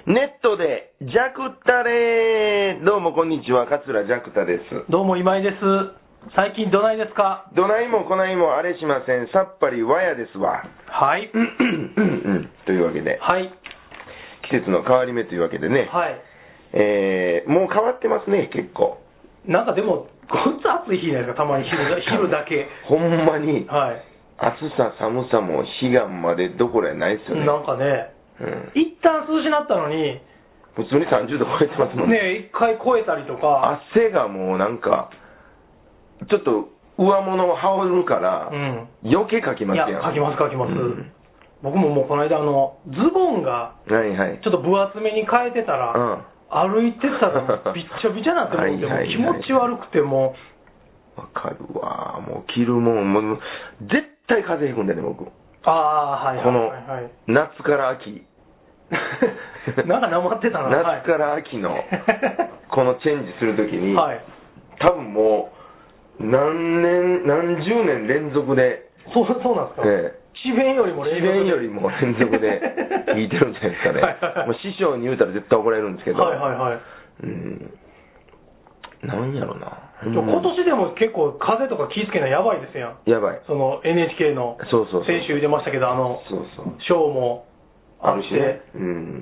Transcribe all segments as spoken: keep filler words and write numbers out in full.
ネットでジャクタレー。どうもこんにちは、桂ジャクタです。 どうも今井です。最近どないですか？ どないもこないもあれしません。さっぱりわやですわ。 はい。 というわけで、 はい。 季節の変わり目というわけでね、 はい。 えー、もう変わってますね、結構。 なんかでも、ごっつ暑い日じゃないですか、たまに昼だ昼だけ。 ほんまに、 はい。 暑さ寒さも彼岸までどころやないですよね。 なんかね、 うん、 一旦涼しになったのに、 普通にさんじゅうど超えてますもんね。 ね、一回超えたりとか。 汗がもうなんか、ちょっと上物を羽織るから、 うん、 余計かきますやん。 いや、かきますかきます。うん、僕ももうこの間、あの、ズボンが、 はいはい、 ちょっと分厚めに変えてたら、うん、歩いてたらびっちゃびちゃなって思って、はいはいはい、もう気持ち悪くてもう。わかるわ。もう着るもん、もう絶対風邪ひくんだよね、僕。 ああ、はいはいはい、はい。 この、夏から秋。 なんかなまってたな。 夏から秋の、このチェンジするときに、 はい、 多分もう、何年、何十年連続で。 そう、そうなんですか。ええ、智弁よりも連続で。智弁よりも連続で聞いてるんじゃないですかね。はいはいはい、もう師匠に言うたら絶対怒られるんですけど。 はいはいはい。 うん。なんやろな。 今年でも結構風邪とか気ぃつけないやばいですやん。 やばい。 その エヌエイチケー の先週出ましたけど、あのそうそうショーもあるし、ね、うん、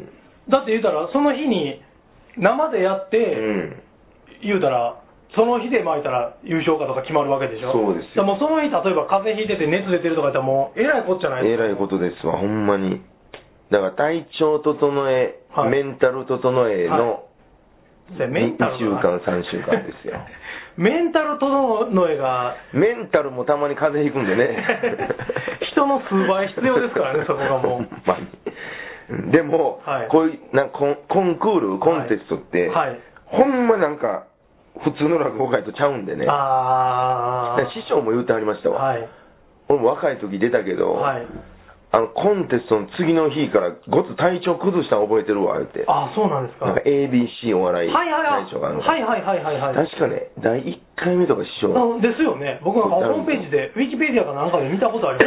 だって言うたらその日に生でやって、うん、言うたらその日で巻いたら優勝かとか決まるわけでしょ。 そうですよ。 もうその日例えば風邪ひいてて熱出てるとか言ったらもうえらいこっちゃないですか。 えらいことですわ、ほんまに。だから体調整え、はい、メンタル整えの、はい、 メンタルにしゅうかんさんしゅうかんですよ。 メンタル整えがメンタルもたまに風邪ひくんでね。 人の数倍必要ですからね、そこがもう。 まあ、でも、はい、こういうなんかコン、コンクール、コンテストって、はいはい、ほんまなんか、普通の落語会とちゃうんでね。あ師匠も言うてはりましたわ。はい、俺も若い時出たけど、はい、あのコンテストの次の日からごつ体調崩したの覚えてるわ、言うて。 ああ、そうなんですか。 なんか エービーシー お笑い大賞があるのか。 はいはいはいはいはい。 確かね、だいいっかいめとか師匠。 ですよね。僕なんかホームページで、ウィキペディアかなんかで見たことあります。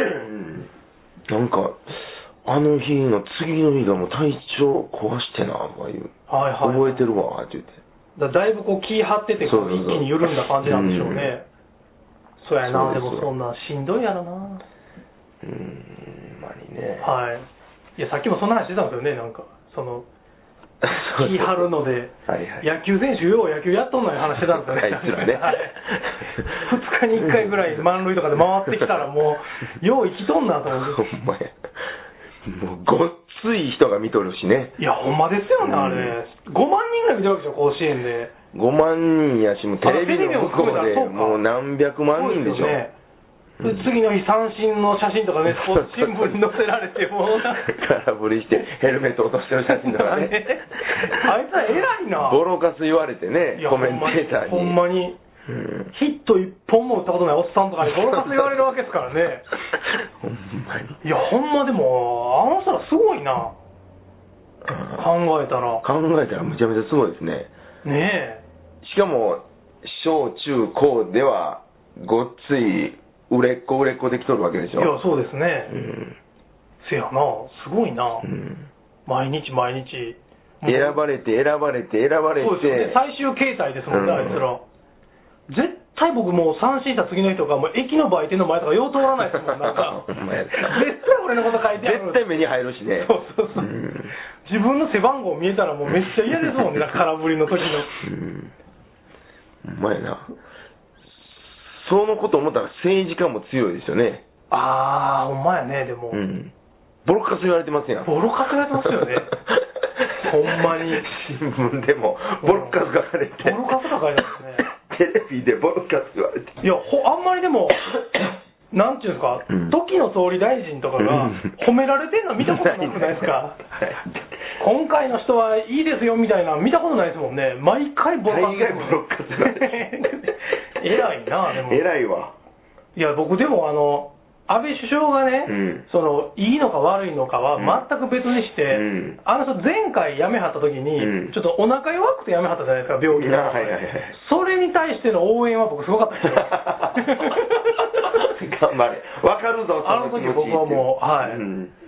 なんか、あの日の次の日がもう体調壊してな、とかいう。はいはい。覚えてるわ、って言って。 だ, だいぶこう気張っててこう一気に緩んだ感じなんでしょうね。そうやな。でもそんなしんどいやろな。 うーん、まあにね。 はい。いやさっきもそんな話してたんですよね。なんかその気張るので、はいはい、野球選手よう野球やっとんのに話してたんですよね。あいつらね。はい、ふつかにいっかいぐらい満塁とかで回ってきたらもうよう生きとんなと思って。ほんまや。 もうごっつい人が見とるしね。 いやほんまですよね、あれ。ごまんにんぐらい見てるわけでしょ、甲子園で。 ごまんにんやし、もテレビの向こうでもう何百万人でしょ。ね、 うん、次の日三振の写真とかね、スポーツ新聞に載せられてもう空振りしてヘルメット落としてる写真とかね。 あいつは偉いな。 ボロカス言われてね、コメンテーターに。 ほんまに。うん、ヒット一本も打ったことないおっさんとかにボロカス言われるわけですからね。 ほんまに。 いやほんまでもあの人らすごいな。考えたら。 考えたらむちゃめちゃすごいですね。 ねえ。 しかも小中高ではごっつい売れっ子売れっ子できとるわけでしょ。 いやそうですね。うん、せやな、すごいな。うん、毎日毎日。 選ばれて選ばれて選ばれて。 そうですよね。最終形態ですもんね、うん、あいつら。絶対僕もう三振した次の人がもう駅の売店の前とかよう通らないですもん。なんか絶対俺のこと書いてある。 絶対目に入るしね。 そうそうそう、うん、自分の背番号見えたらもうめっちゃ嫌ですもんね。空振りの時の。 うん、うまいな。そのこと思ったら政治家も強いですよね。 ああ、ほんまやね。でも、うん、 ボロカス言われてますやん。 ボロカス言われてますよね。ほんまに新聞でもボロカス書かれて、 ボロカス書かれてますね。 テレビでボロカス言われて、 いやほあんまりでもなんていうんですか、うん、時の総理大臣とかが褒められてんの見たことなくないですか。今回の人はいいですよみたいな見たことないですもんね。毎回ボロカス。 毎回ボロカス言われて偉いな。でも偉いわ。 いや僕でもあの安倍首相がね、うん、そのいいのか悪いのかは全く別にして、うん、あの人前回辞めはった時に、うん、ちょっとお腹弱くて辞めはったじゃないですか、病気が、はいはいはい、それに対しての応援は僕すごかったですよ。 頑張れ、分かるぞ、 あの時僕はもう、はい、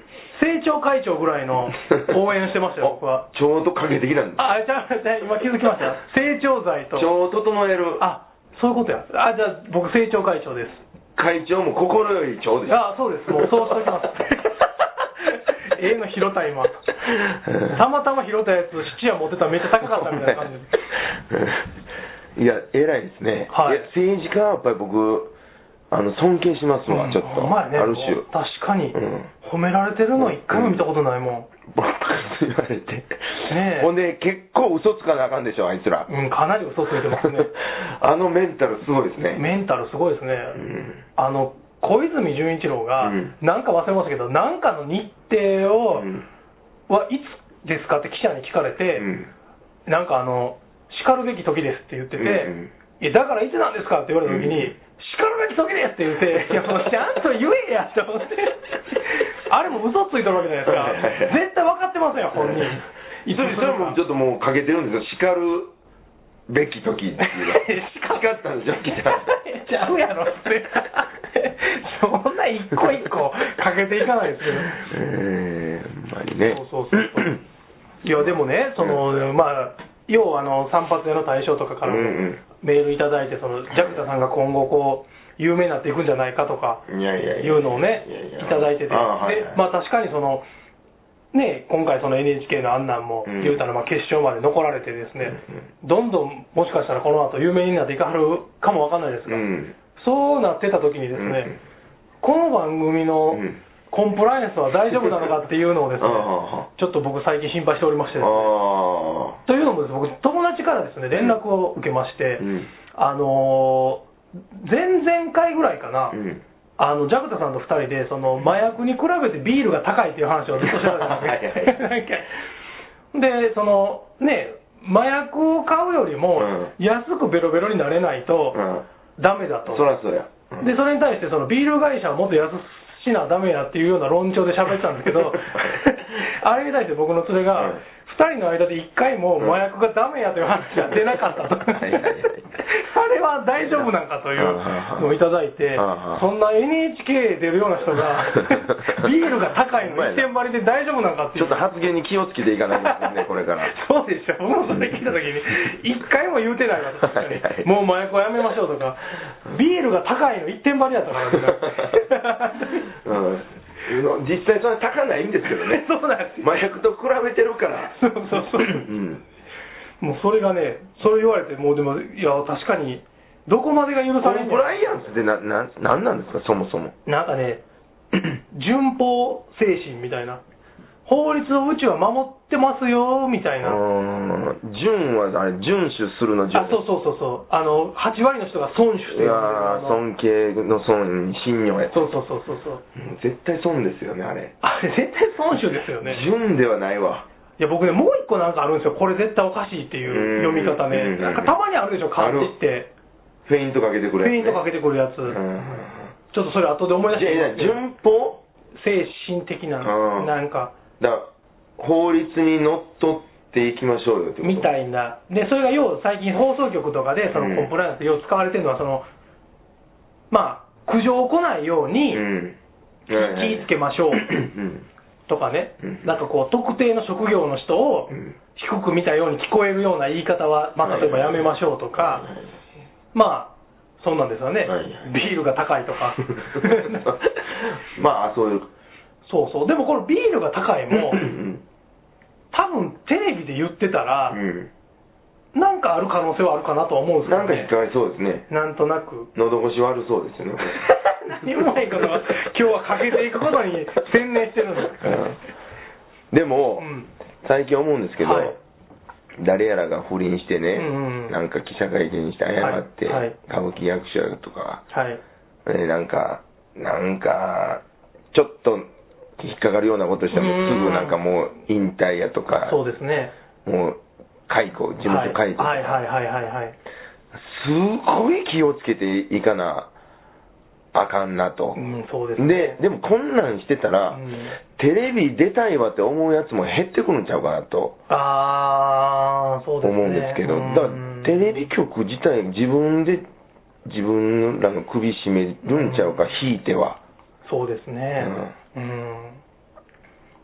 政調会長ぐらいの応援してましたよ、僕は。 ちょうど影的なんです。 あ、じゃあ、今気づきました。成長剤と。 腸を整える。 あ、そういうことや。あ、じゃあ、僕、政調会長です。 会長も心より腸です。 あ、そうです。もうそうしておきます。ええの拾った今。たまたま拾ったやつ、質屋持ってたらめっちゃ高かったみたいな感じで。いや、偉いですね。はい。いや、政治家はやっぱり僕、あの尊敬しますわ、うん、ちょっと、ね、ある種。 確かに、うん、褒められてるの一回も見たことないもん。 ボロカス言われて。ね、ほんで、結構嘘つかなあかんでしょ、あいつら。 うん、かなり嘘ついてますね。 あのメンタルすごいですね。 メンタルすごいですね。うん、あの、小泉純一郎が、うん、なんか忘れましたけど、なんかの日程を、うん、はいつですかって記者に聞かれて、うん、なんかあの、叱るべき時ですって言ってて、うんうん、いや、だからいつなんですかって言われた時に、うん叱るべき時ですって言って、いや、もうちゃんと言えやって思って、あれも嘘ついてるわけじゃないですか、絶対分かってますよ、本人。 それそれもちょっともうかけてるんですよ、叱るべき時っていうの叱ったんでしょ、来たちゃうやろって、そんな一個一個かけていかないですけど、 えー、ほんまにね。 そうそうそうそういや、でもね、その、うん、まあ、要はあの散髪屋の大将とかからもメールいただいて、そのジャクタさんが今後こう有名になっていくんじゃないかとかいうのをねいただいてて、でまあ確かにそのね今回その エヌエイチケー の案内も言うたらまあ決勝まで残られてですね、どんどんもしかしたらこの後有名になっていかはるかもわかんないですが、そうなってた時にですね、この番組のコンプライアンスは大丈夫なのかっていうのをですね、ちょっっと僕最近心配しておりましてですね、というのもですね、僕友達からですね連絡を受けまして、うん、あの前々回ぐらいかな、うん、あのジャクタさんとふたりでその麻薬に比べてビールが高いっていう話をずっとしてたんですで、そのね麻薬を買うよりも安くベロベロになれないとダメだと、うん、 そりゃそうや、 うん、でそれに対してそのビール会社はもっと安しなダメやっていうような論調で喋ってたんですけどあれに対して僕の連れが、うんふたりの間でいっかいも麻薬がダメやという話が出なかったとあれは大丈夫なんかというのをいただいて、そんな エヌエイチケー 出るような人がビールが高いの一点張りで大丈夫なんかっていう、 ちょっと発言に気をつけていかないとですねこれからそうでしょ、僕もそれ聞いた時にいっかいも言うてないわと確かにもう麻薬はやめましょうとか、ビールが高いの一点張りやったからうん実際そんな高ないんですけどねそうなんですよ、 麻薬と比べてるからそうそうそう、うん、もうそれがねそう言われてもうでもいや確かにどこまでが許されるコンプライアンスってなななんなんですかそもそも、 なんかね順法精神みたいな、法律をうちは守ってますよみたいな、 順はあれ遵守するの順、 あそうそうそうそう、あのはち割の人が尊守してる、いや尊敬の尊に信用や、 そうそうそうそうそう、 絶対損ですよねあれ、 あれ絶対尊守ですよね、 順ではないわ。 いや僕ねもう一個なんかあるんですよ、これ絶対おかしいっていう読み方ね、なんかたまにあるでしょ漢字って、 フェイントかけてくるやつ、 ね、フェイントかけてくるやつ、ちょっとそれ後で思い出してみますけど、 順法精神的ななんかだ法律にのっとっていきましょうよってことみたいな、でそれが要最近放送局とかでそのコンプライアンスでよう使われてるのはその、まあ苦情を来ないように気ぃつけましょうとかね、なんかこう特定の職業の人を低く見たように聞こえるような言い方は、まあ、例えばやめましょうとか、まあそうなんですよね、ビールが高いとかまあそういうそうそう、でもこのビールが高いも多分テレビで言ってたら、うん、なんかある可能性はあるかなと思うんですけどね。 なんか引っかかりそうですね。 なんとなく。 喉越し悪そうですよね。 何もないことは今日はかけていくことに専念してるんですから、ねうん、でも、うん、最近思うんですけど、はい、誰やらが不倫してね、うんうん、なんか記者会見して謝って、はいはい、歌舞伎役者とか、はい、えなんか、なんか、ちょっと、引っかかるようなことしてもすぐなんかもう引退やとか、 そうですね、 もう解雇、事務所解雇とか、 はいはいはいはいはい、 すごい気をつけていかなあかんなと、 うん、そうですね、 で、でもこんなんしてたら、うん、テレビ出たいわって思うやつも減ってくるんちゃうかなと、 あー、そうですね、 思うんですけど、だからテレビ局自体自分で自分らの首絞めるんちゃうか、うん、引いては。 そうですね、うん、うん、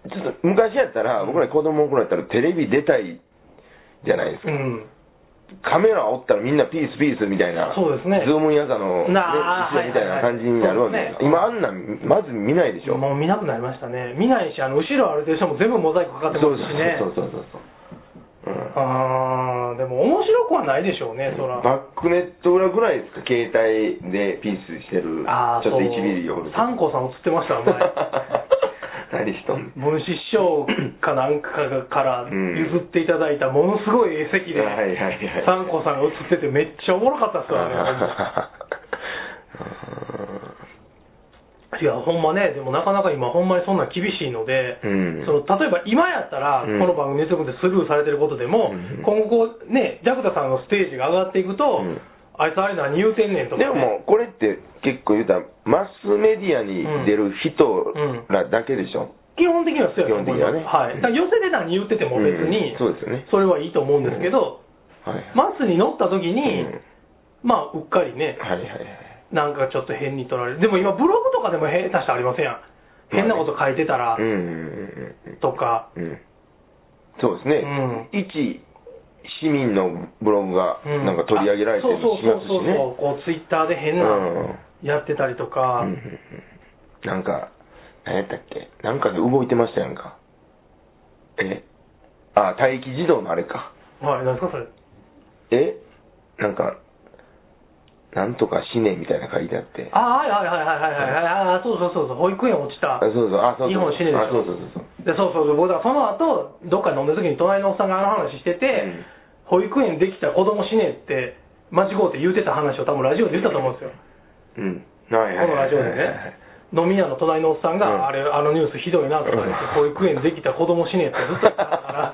ちょっと昔やったら、僕ら子供の頃やったらテレビ出たいじゃないですか。うん、カメラおったらみんなピースピースみたいな、 そうですね、 ズームイン朝の、ね、みたいな感じになるわけです。今あんなんまず見ないでしょ。 もう見なくなりましたね。見ないし、あの後ろ歩いてる人も全部モザイクかかってますしね。 そうそうそうそう。 うん、あー、でも面白くはないでしょうね、そら。 バックネット裏ぐらいですか、携帯でピースしてる、ちょっといちミリよ。 サンコさん映ってました、前。 何しとん文枝師匠かなんかから譲っていただいたものすごい絵席で、サンコさんが映っててめっちゃおもろかったっすからね。いや、ほんまね、でもなかなか今、ほんまにそんな厳しいので、うん、その例えば今やったら、この番組に出てくるんでスルーされてることでも、うん、今後こう、ね、ジャクタさんのステージが上がっていくと、うん、あいつあれ何言うてんねんとか、ね。 でも、これって結構言うたら、マスメディアに出る人らだけでしょ。うんうん、 基本的にはそうやと思います。 ね、 はい。だから寄せで何言ってても別に、 そうですよね。 それはいいと思うんですけど、はい、マスに乗った時に、まあ、うっかりね。はいはいはい。なんかちょっと変に取られる。でも今ブログとかでも変な人ありませんやん。変なこと書いてたら、とか。 そうですね。うん、一市民のブログがなんか取り上げられてるしますしね。そうそうそうそう。 こうツイッターで変なやってたりとか。うんうんうん、なんか、何やったっけ、なんかで動いてましたやんか。えあ、待機児童のあれか。 はい、何ですかそれ。 えなんか、なんとか死ねみたいな書いてあって。 ああ、はいはいはいはいはいはい。ああ、そうそうそうそう。保育園落ちた。 そうそう。あ、そうそう。 日本死ねでしょ。 あ、そうそうそう。 で、そうそうそう。僕だからその後、どっかに飲んでる時に隣のおっさんがあの話してて、うん、保育園できたら子供死ねって間違うて言うてた話を多分ラジオで言ったと思うんですよ。うん。はいはいはいはい。このラジオでね。飲み屋の隣のおっさんが、うん、あれ、あのニュースひどいなとか言って、保育園できた子供死ねってずっと言ってたから、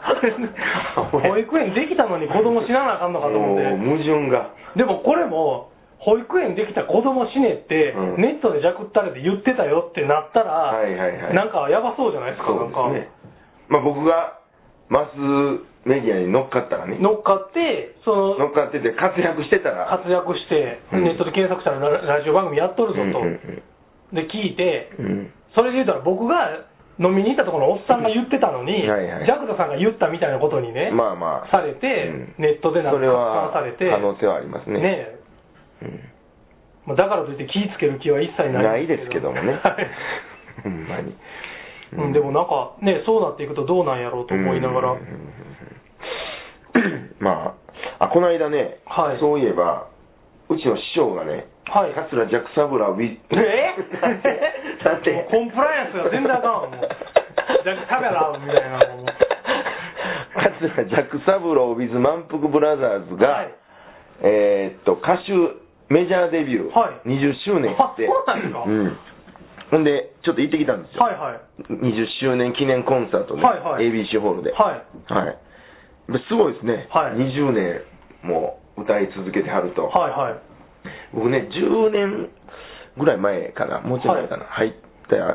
保育園できたのに子供死ななあかんのかと思って。 矛盾が。 でもこれも、保育園できた子供死ねって、うん、ネットでジャクったれて言ってたよってなったら、はいはいはい、なんかやばそうじゃないですか、なんか。ね、 まあ僕がマスメディアに乗っかったらね。 乗っかって、その、 乗っかってて活躍してたら。 活躍して、うん、ネットで検索したらラジオ番組やっとるぞと。うんうんうん、で、聞いて、うん、それで言うたら僕が飲みに行ったところのおっさんが言ってたのに、はいはい、ジャクタさんが言ったみたいなことにね、まあまあ、されて、うん、ネットでなんか拡散されて、 可能性はありますね。 ねうん、だからといって気ぃつける気は一切ないないですけどもね。ほんまに。 うん、でもなんかね、そうなっていくとどうなんやろうと思いながら。 まあ、あ、この間ね、はい、そういえば、うちの師匠がね、はい、桂ジャクサブラウィえだってコンプライアンスが全然あかんわ、もう。ジャクサブラウみたいなもん。 桂ジャクサブラウィズ満腹ブラザーズが、はい、えー、っと、歌手、メジャーデビュー、はい、にじゅっしゅうねんって。 あ、そうなんですか。うん。 ほんで、ちょっと行ってきたんですよ。 はいはい。 にじゅっしゅうねん記念コンサートね、はいはい、エービーシー ホールで。はい。はい。すごいですね。はい。にじゅうねんも歌い続けてはると。はいはい。僕ね、じゅうねんぐらい前かな、もうちょい前かな、はい、入った、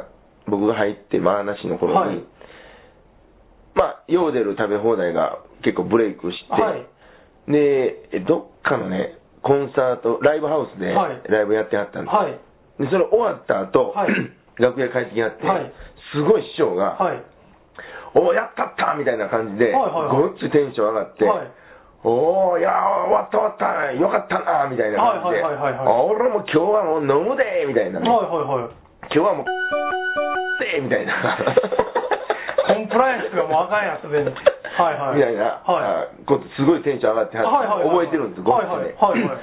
僕が入って、まあなしの頃に、はい、まあ、ヨーデル食べ放題が結構ブレイクして、はい、で、どっかのね、コンサート、ライブハウスでライブやってはったんです、はい、でそれ終わった後、はい、楽屋帰ってきはって、はい、すごい師匠が、はい、おー、やったったみたいな感じで、はいはいはい、ごっついテンション上がって、はい、おー、いやー、終わった終わった、よかったなみたいな感じで、はいはいはいはい、俺も今日はもう飲むでみたいなね、はいはいはい、今日はもうでみたいなコンプライアンスがもうあかんやつで、はいはい、 みたいな、はい、ことすごいテンション上がってはって、はいはいはい、覚えてるんです、ごっつで、はいはいはい、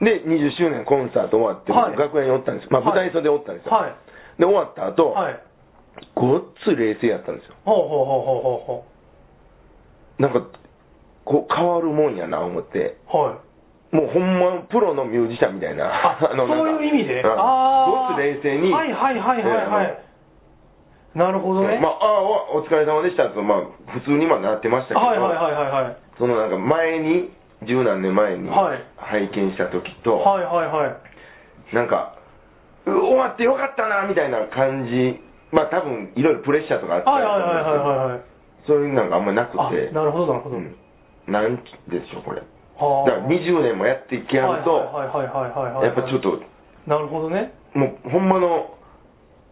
で、にじゅっしゅうねんコンサート終わって、はい、楽屋におったんです、まあ、舞台袖でおったんですよ、はい、で、終わった後、はい、ごっつい冷静やったんですよ。ほうほうほうほうほうほう。なんかこう変わるもんやな思って、はい、もうほんまプロのミュージシャンみたいな、 あのそういう意味で、 あごっつ冷静に、 はいはいはいはいはい、えー、なるほどね。 まあ、あお疲れ様でしたと、まあ、普通にはなってましたけど、 はいはいはいはいはい、 そのなんか前に、十何年前に拝見した時と、 はいはいはいはい、 なんか、終わってよかったなみたいな感じ、まあ多分いろいろプレッシャーとかあったりとか、そういうのがあんまりなくて、 なるほどなるほど。うん、 なんでしょうこれ。だからにじゅうねんもやっていきはると、やっぱちょっと、 なるほどね。 もうほんまのプ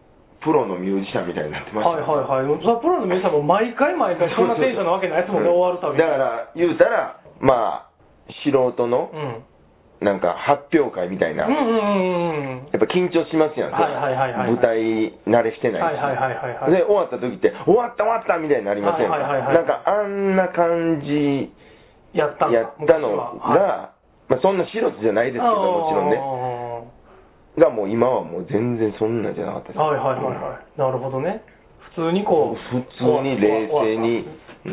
プロのミュージシャンみたいになってました、 ね、はいはいはい。そのプロのミュージシャンも毎回毎回そんなテンションなわけないやつもね、終わるたびに。 だから言うたら、まあ、素人の、うんなんか発表会みたいな、うんうんうんうん、やっぱ緊張しますやん、はいはいはいはい、舞台慣れしてないし、はいはいはいはい、で終わった時って終わった終わったみたいになりませんか、はいはいはいはい、なんかあんな感じやったのが、まあ、そんな素人じゃないですけどもちろんねがもう今はもう全然そんなじゃなかったです。 はいはいはいはい、なるほどね。普通にこう普通に冷静に、うん、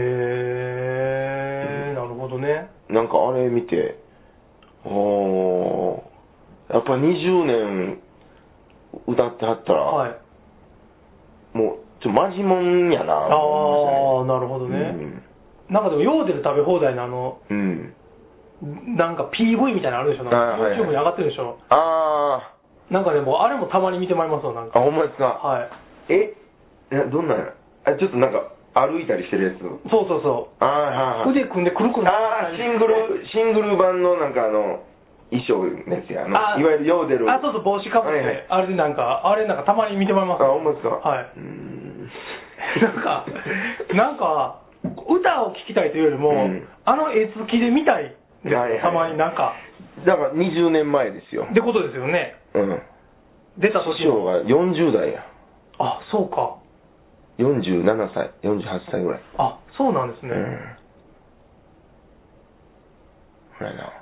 へえ、なるほどね。 なんかあれ見て。おやっぱにじゅうねん歌ってはったら、はい、もうちょっとマジもんやな、ね、 ああなるほどね、うん、なんかでもヨーデル食べ放題のあの、うん、なんか ピーブイ みたいなのあるでしょ、なんか YouTube に上がってるでしょ、 ああなんかでもあれもたまに見てまいりますよ、なんかあほんまですか、 はい、 えどんなんやあちょっとなんか歩いたりしてるやつそうそうそうああ腕組んでくるくるああシングルシングル版のなんかあの衣装のやつやあのいわゆるヨーデルあそうそう帽子かぶって、はいはい、あれでなんかあれなんかたまに見てもらいます、 あほんまですかはいうんなんかなんか歌を聴きたいというよりも、うん、あの絵付きで見たいです、はいはい、たまになんかだからにじゅうねんまえですよってことですよねうん出た時師匠がよんじゅう代やあそうかよんじゅうななさい、よんじゅうはっさいぐらい。 あ、そうなんですね。うん。 ほらな。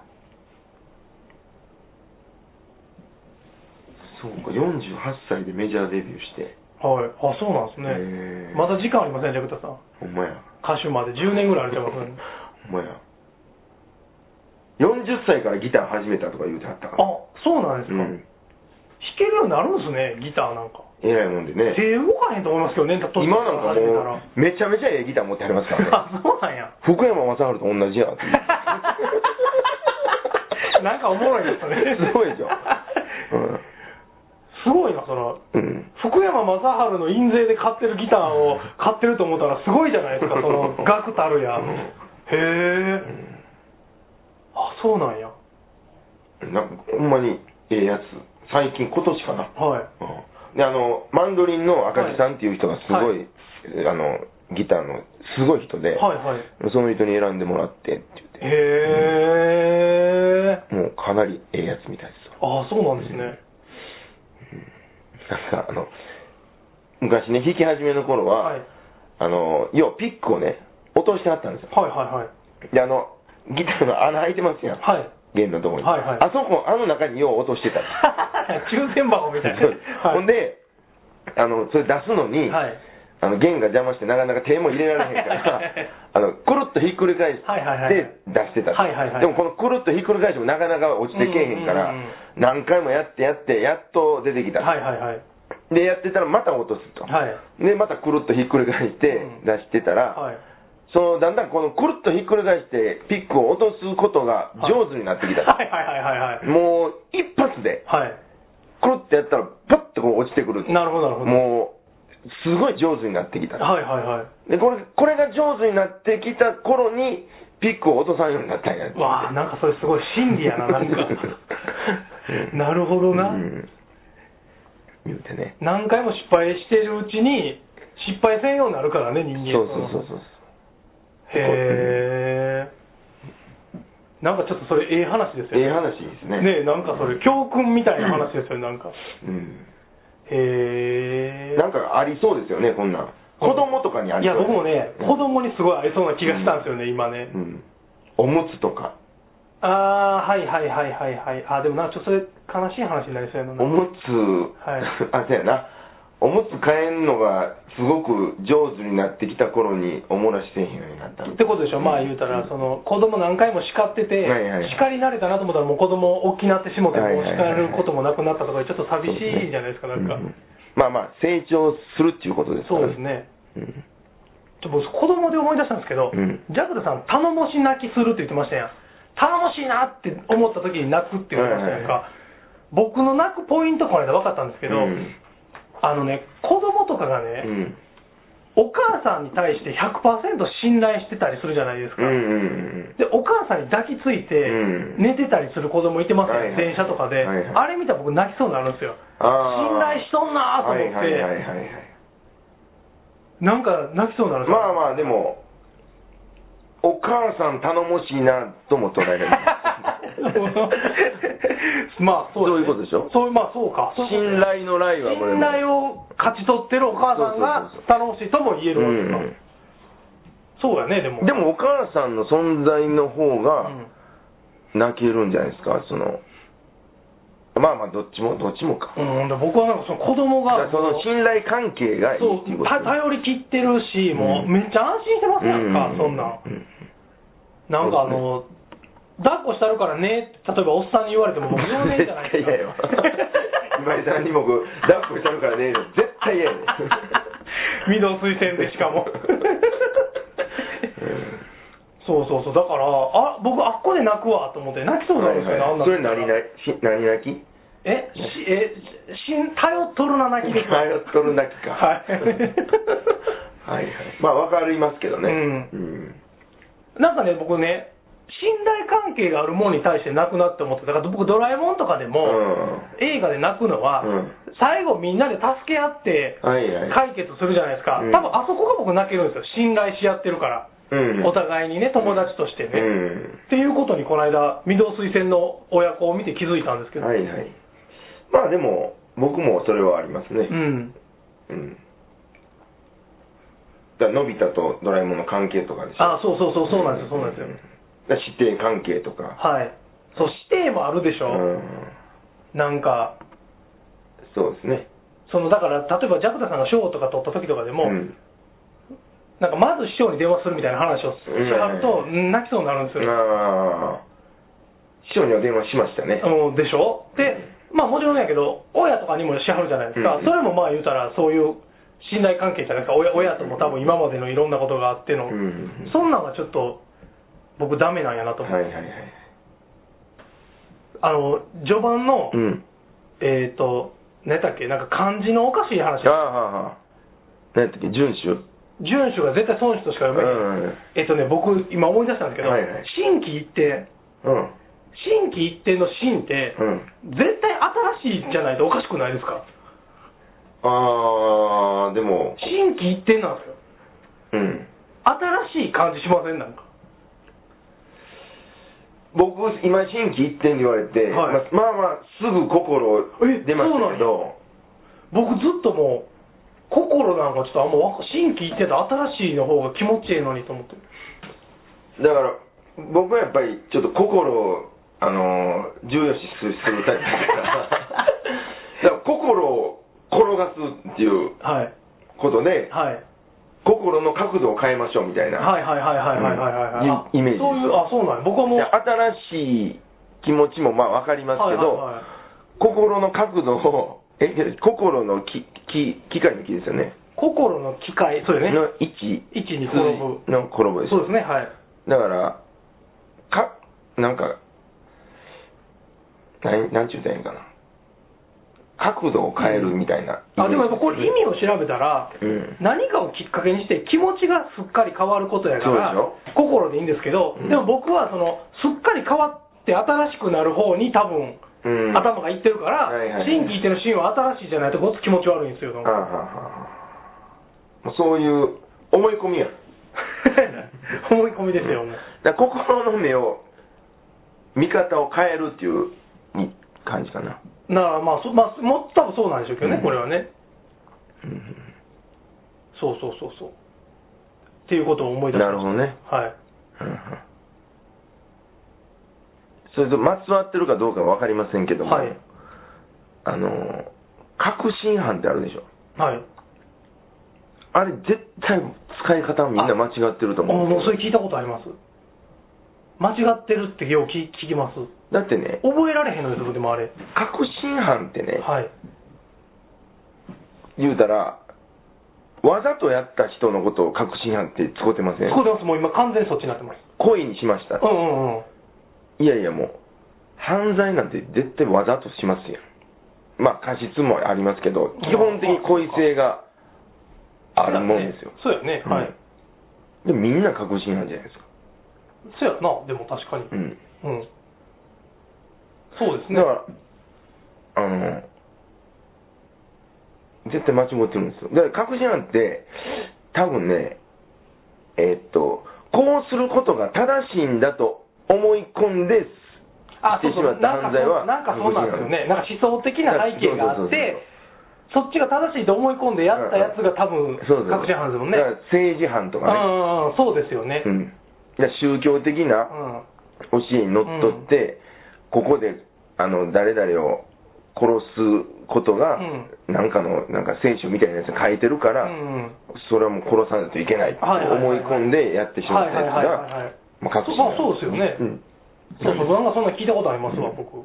そうか、よんじゅうはっさいでメジャーデビューして。 はい。あ、そうなんですね。まだ時間ありません、ジャクタさん。 ほんまや。 歌手までじゅうねんぐらいあるじゃん、ほんまや。よんじゅっさいからギター始めたとか言うてはったから。 あ、そうなんですか。うん、弾けるようになるんですね、ギターなんか。 えらいもんでね。 手動かへんと思いますけどね、 今なんかもう、めちゃめちゃええギター持ってありますからね。 あ、そうなんや。 福山雅治と同じや。 なんかおもろいですね。 すごいでしょ。うん、 すごいな、その、うん、福山雅治の印税で買ってるギターを買ってると思ったらすごいじゃないですか、その、額たるや。うん、へえ、うん。あ、そうなんや。 なんか、ほんまにええやつ。最近、今年かな。 はい。 うんであのマンドリンの赤木さんっていう人がすごい、はい、あのギターのすごい人で、はいはい、その人に選んでもらってって言ってへえ、 うん、もうかなりええやつみたいですよ。 ああそうなんですね、うん、 なんかあの昔ね弾き始めの頃は、はい、あの要はピックをね落としてあったんですよ。 はいはいはい。 であのギターの穴開いてますやん、はい、弦のところに、はいはい、あそこあの中によう落としてた抽選箱みたいな、 はい、ほんであのそれ出すのに、はい、あの弦が邪魔してなかなか手も入れられへんからあのくるっとひっくり返して出してた、はいはいはい、でもこのくるっとひっくり返してもなかなか落ちてけえへんから、うんうんうん、何回もやってやってやっと出てきた、はいはいはい、でやってたらまた落とすと、はい、でまたくるっとひっくり返して出してたら、うんはい、そのだんだんこのくるっとひっくり返してピックを落とすことが上手になってきた、はいはいはいはいはい、もう一発で、はいくるってやったらパッとこう落ちてくる。 なるほどなるほど。 もうすごい上手になってきた。 はいはいはい。 でこれこれが上手になってきた頃にピックを落とさんようになったんや。 わあなんかそれすごい真理やななんか。なるほどな。うん、 言うてね。 何回も失敗してるうちに失敗せんようになるからね人間。 そうそうそうそう。 へえ。なんかちょっとそれええ話ですよね。 ええ話ですね。 ねえなんかそれ教訓みたいな話ですよねなんか。うん。 へえ。なんかありそうですよねこんなん。子供とかにありそう。 いや僕もね、うん、子供にすごいありそうな気がしたんですよね、うん、今ね。うん。 おむつとか。 ああはいはいはいはいはい。あでもなんかちょっとそれ悲しい話になりそうやな。 おむつ、はい、あそうやな。おむつ変えんのがすごく上手になってきた頃におもらしせえへんようになったってことでしょ、うん、まあ言うたら、その子供何回も叱ってて、はいはい、叱り慣れたなと思ったらもう子供大きなってしもて、もう叱ることもなくなったとかちょっと寂しいんじゃないですか、なんか、うん、 まあまあ成長するっていうことですからね。 そうですね、うん、ちょっと子供で思い出したんですけど、うん、ジャクダさん頼もし泣きするって言ってましたやん。頼もしいなって思った時に泣くって言ってましたやんか、はいはい、僕の泣くポイントこの間分かったんですけど、うんあのね、子供とかがね、うん、 お母さんに対して ひゃくパーセント 信頼してたりするじゃないですか、うんうんうん、でお母さんに抱きついて寝てたりする子供いてますよ、うん、電車とかで、はいはい、あれ見たら僕泣きそうになるんですよ。信頼しとんなーと思って、はいはいはいはい、なんか泣きそうになるんですよ。 まあまあでもお母さん頼もしいなとも捉えられるまあそう、 そういうことでしょ。 そう、まあそうか。 信頼のライは信頼を勝ち取ってるお母さんが頼もしいとも言えるわけですか、うんうん、そうやね。でもでもお母さんの存在の方が泣けるんじゃないですか。そのまあまあどっちもどっちもか、 うん、僕はなんかその子供がその信頼関係がいいっていうこと、 そう頼り切ってるし、もうめっちゃ安心してますやんか、うん、そんなん、うん、なんかあの、ね、抱っこしたるからね、例えばおっさんに言われても僕言わねえじゃないですか。 絶対嫌よ今井さんにも抱っこしたるからね絶対嫌やね御堂水線でしかもそうそうそう、だからあ僕あっこで泣くわと思って泣きそうなんですよね、はいはい、あんなそれ何泣き何泣きえしえし頼っとるな泣きですか。 頼っとる泣きかはいはいはい、まあ分かりますけどね、うんうん、 なんかね僕ね信頼関係があるものに対して泣くなって思って、だから僕ドラえもんとかでも、うん、映画で泣くのは、うん、最後みんなで助け合って解決するじゃないですか、はいはい、多分あそこが僕泣けるんですよ、信頼し合ってるから、うん、お互いにね友達としてね、うん、っていうことにこの間御堂水線の親子を見て気づいたんですけど、 はいはい、まあでも僕もそれはありますね、うんうん、だのび太とドラえもんの関係とかでしょ。 あ、そうそうそうそうなんですよ、そうなんですよ、 師弟関係とか、 はい、そう師弟もあるでしょ、うん、なんかそうですね、 そのだから例えばジャクタさんが賞とか取った時とかでも、うん、なんかまず師匠に電話するみたいな話をしはると、うん、泣きそうになるんですよ。 あ、師匠には電話しましたね。 うん、でしょ。で、まあもちろんやけど親とかにもしはるじゃないですか、うん、それもまあ言うたらそういう信頼関係じゃないですか、 親, 親とも多分今までのいろんなことがあっての、うん、そんなんがちょっと僕ダメなんやなと思って、はいはいはい、あの序盤の、うん、えっ、ー、と何だっけ、なんか漢字のおかしい話、 ああ、ああ、何やったっけ、順守順守が絶対その人しか読めない、うん、えっとね僕今思い出したんですけど、はいはい、心機一転、うん、心機一転の心って、うん、絶対新しいじゃないとおかしくないですか。 ああ、でも心機一転なんですよ、うん、新しい感じしません？なんか僕今心機一転に言われて、はい、まあまあすぐ心出ましたけど、 僕ずっともう心なんかちょっとあんま心機一転と新しいの方が気持ちいいのにと思って。 だから僕はやっぱりちょっと心をあの重要視するタイプだからだから心を転がすっていうことで、はいはい、心の角度を変えましょうみたいな、はいはいはいはいはいはいはい、イメージ。 そういう、あ、そうなんや。僕はもう新しい気持ちもまあ分かりますけど、はいはいはい、心の角度をえ心のきき機械の木ですよね。 心の機械、そうよね。 の位置、 位置に転ぶの転ぶです。 そうですね、はい。 だからかなんかなんなんちゅうたらいいんかな。角度を変えるみたいな、 うん、あでもやっぱこれ意味を調べたら、うん、何かをきっかけにして気持ちがすっかり変わることやから心でいいんですけど、うん、でも僕はそのすっかり変わって新しくなる方に多分、うん、頭がいってるから、はいはいはい、心機一転の心は新しいじゃないとごっつ気持ち悪いんですよ。なんかはははそういう思い込みや思い込みですよ、うん、 だから心の目を見方を変えるっていう感じかな。 ならまあ、そまあ、も多分そうなんでしょうけどね、うん、これはね、うん、そうそうそうそうっていうことを思い出しました。 なるほどね。 はい、うん、 それとまつわってるかどうかは分かりませんけども、はい、あの確信犯ってあるでしょ。はい。あれ絶対使い方みんな間違ってると思う。 あ、もうそれ聞いたことあります。間違ってるってよう聞きます。 だってね、 覚えられへんのですよ。でもあれ確信犯ってね、はい、言うたらわざとやった人のことを確信犯って使ってません？ 使ってます。もう今完全にそっちになってます。 故意にしました。 うんうんうん。 いやいやもう犯罪なんて絶対わざとしますやん。まあ過失もありますけど、基本的に故意性があるもんですよ。 そうやね、はい。 でみんな確信犯じゃないですか。 そうやな、でも確かに。うん。うん。そうですね。 だから、あの、絶対間違ってるんですよ。だから確信犯って、多分ね、えー、っと、こうすることが正しいんだと思い込んで、してしまった犯罪は、 なんかそうなんですよね。なんか思想的な背景があって、そっちが正しいと思い込んでやったやつが多分、確信犯ですもんね。 政治犯とかね。 うん、そうですよね。 うん。宗教的な教えにのっとって、うん、ここで、あの、誰々を殺すことが、うん、なんかの、なんか聖書みたいなやつに書いてるから、うん、それはもう殺さないといけないと思い込んでやってしまったやつが、まあ、確信犯。 そうですよね。うん、そうそう、なんかそんな聞いたことありますわ、うん、僕。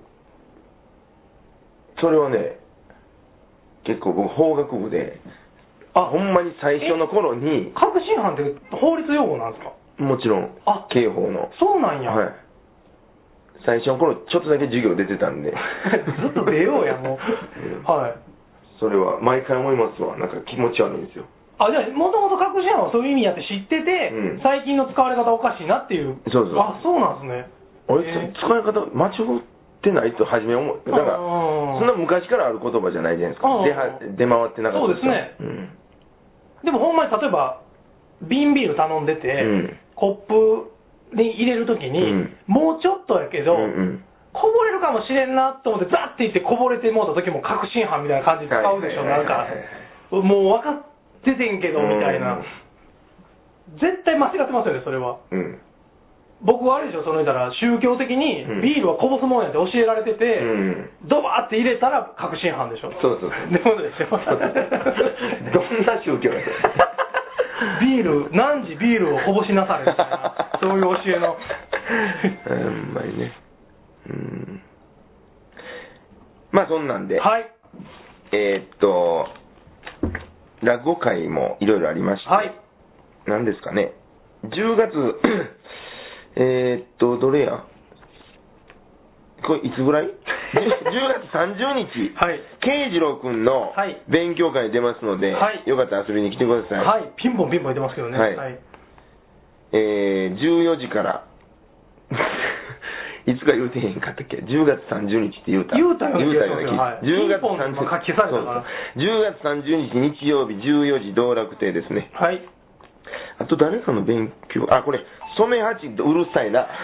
それはね、結構僕法学部で、あ、ほんまに最初の頃に。 確信犯って法律用語なんですか？ もちろん、刑法の。 そうなんや。 はい。最初の頃、ちょっとだけ授業出てたんで。 ずっと出ようや、もう。はい。 それは、毎回思いますわ。なんか気持ち悪いんですよ。 あ、じゃあ、もともと確信犯はそういう意味やって知ってて、うん、最近の使われ方おかしいなっていう。 そうそう。 あ、そうなんですね。 あれ、えー、使い方間違ってないと初め思う。だから、そんな昔からある言葉じゃないじゃないですか。出は出回ってなかった。 そうですね。うん、でもほんまに例えば、瓶ビール頼んでて、うん、コップに入れるときに、うん、もうちょっとやけど、うんうん、こぼれるかもしれんなと思って、ザッていってこぼれてもうたときも確信犯みたいな感じで使うでしょ、なんか、もう分かっててんけどみたいな。絶対間違ってますよね、それは。うん、僕はあれでしょ、その言ったら、宗教的にビールはこぼすもんやって教えられてて、うん、ドバーって入れたら確信犯でしょ。 そうそうそう。 ってことでしょ。どんな宗教やビール、何時ビールをこぼしなされみたいな、そういう教えの。 ほんまにね。うん。まあそんなんで、 はい、 えー、っと、落語会もいろいろありまして、はい、何ですかね、じゅうがつ、えー、っと、どれやこれいつぐらいじゅうがつさんじゅうにち、はい、慶次郎君の勉強会に出ますので、はい、よかったら遊びに来てください。 はい、ピンポンピンポン出ますけどね。はい。はい、 えー、じゅうよじから、いつか言うてへんかったっけ、じゅうがつさんじゅうにちって言うた。 言うたよ、 言うたような気がする。じゅうがつさんじゅうにち、じゅうがつさんじゅうにち日曜日じゅうよじ道楽亭ですね。 はい。 あと誰かの勉強、あ、これ、染八、うるさいな。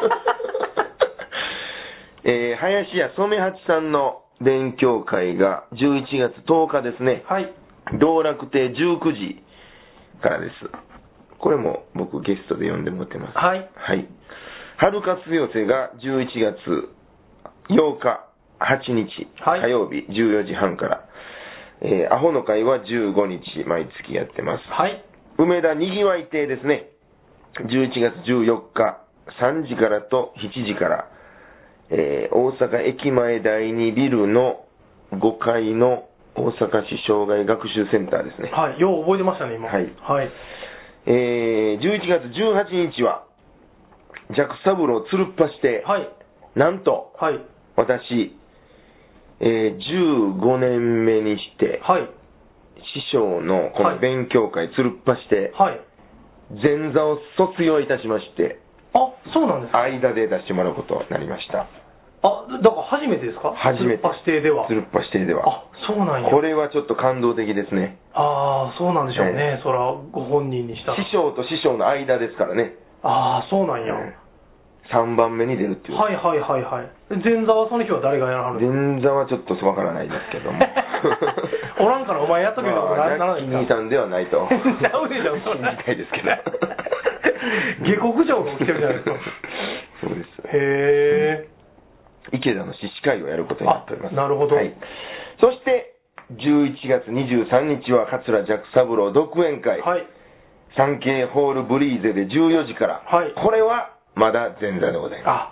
えー、林家染八さんの勉強会がじゅういちがつとおかですね。 はい。 道楽亭じゅうくじからです。これも僕ゲストで呼んでもらってます。 はい。 はい。春活寄せがじゅういちがつようか、はちにち、はい、火曜日じゅうよじはんから。えー、アホの会はじゅうごにち毎月やってます。 はい。 梅田にぎわい亭ですね。じゅういちがつじゅうよっか、さんじからとしちじから。えー、大阪駅前だいにビルのごかいの大阪市障害学習センターですね。 はい、よう覚えてましたね、今。 はい。 はい。 えー、じゅういちがつじゅうはちにちは、ジャクサブローつるっぱして、 はい。 なんと、 はい。 私、えー、じゅうごねんめにして、 はい。 師匠のこの勉強会つるっぱして、 はい。 前座を卒業いたしまして、 あ、そうなんですか。 間で出してもらうことになりました。 あ、だから初めてですか？ 初めて。 つるっぱ指定では。 つるっぱ指定では。 あ、そうなんや。 これはちょっと感動的ですね。 ああ、そうなんでしょうね。えー、そら、ご本人にしたら。 師匠と師匠の間ですからね。 ああ、そうなんや。 えー、さんばんめに出るっていう。 はいはいはいはい。前座はその日は誰がやらはるんですか？ 前座はちょっとわからないですけども。 おらんからお前やっとけばならないですか？兄さんではないと。 ちゃうでしょ、 信じたいですけど。 下克上が起きてるじゃないですか。 そうです。 へー。 池田の獅子会をやることになっております。 なるほど。 はい。そして、じゅういちがつにじゅうさんにちは、桂寂三郎独演会。 はい。 サンケイホールブリーゼでじゅうよじから。 はい。 これは、まだ前座でございます。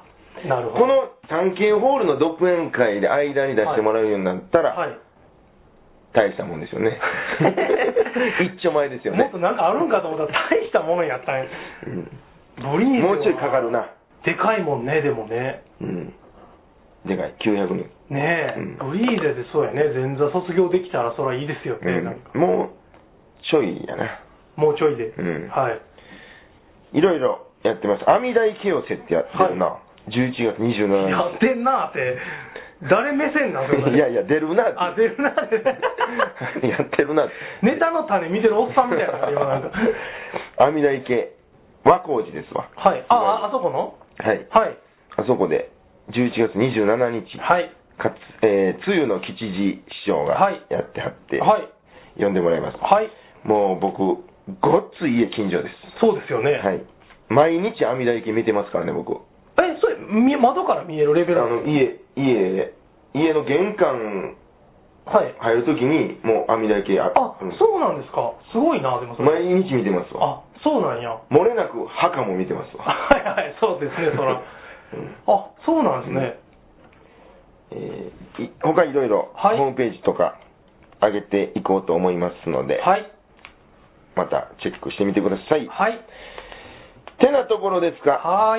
あ、なるほど。 このサンケイホールの独演会で間に出してもらうようになったら、はい。はい、大したもんですよね。一丁前ですよね。 もっとなんかあるんかと思ったら大したものやったんや。うん。ブリーゼもうちょいかかるな。 でかいもんね、でもね。 うん。でかい、きゅうひゃくにん。 ねえ、うん、ブリーゼでそうやね、前座卒業できたらそれはいいですよね、うん、なんかもうちょいやな。 もうちょいで。 うん。 はい。 いろいろやってます。阿弥陀池寄せってやってるな。はい、じゅういちがつにじゅうしちにち。 やってんなーって。誰目線なんですか？ いやいや、出るなって。 あ、出るなって。 やってるなって。 ネタの種見てるおっさんみたいな、今なんか。 阿弥陀池、和光寺ですわ。 はい。あ、あそこの？ はい。 はい。 あそこで、じゅういちがつにじゅうしちにち。 はい。 かつ、えー、つゆの吉次師匠がやってはって、 はい。 呼んでもらいます。 はい。 もう僕、ごっつい家近所です。 そうですよね。 はい。毎日阿弥陀池見てますからね、僕。 え、それ、窓から見えるレベル？ あの、家、家、家の玄関、はい。入るときに、もう阿弥陀池あ、 あ、うん、そうなんですか。すごいな、でもそれ。 毎日見てますわ。 あ、そうなんや。 漏れなく墓も見てますわ。 はいはい、そうですね、そら。うん、あ、そうなんですね。 うん、えー、他いろいろ、ホームページとか上げていこうと思いますので、 はい。 またチェックしてみてください。 はい。 てなところですか。 はい。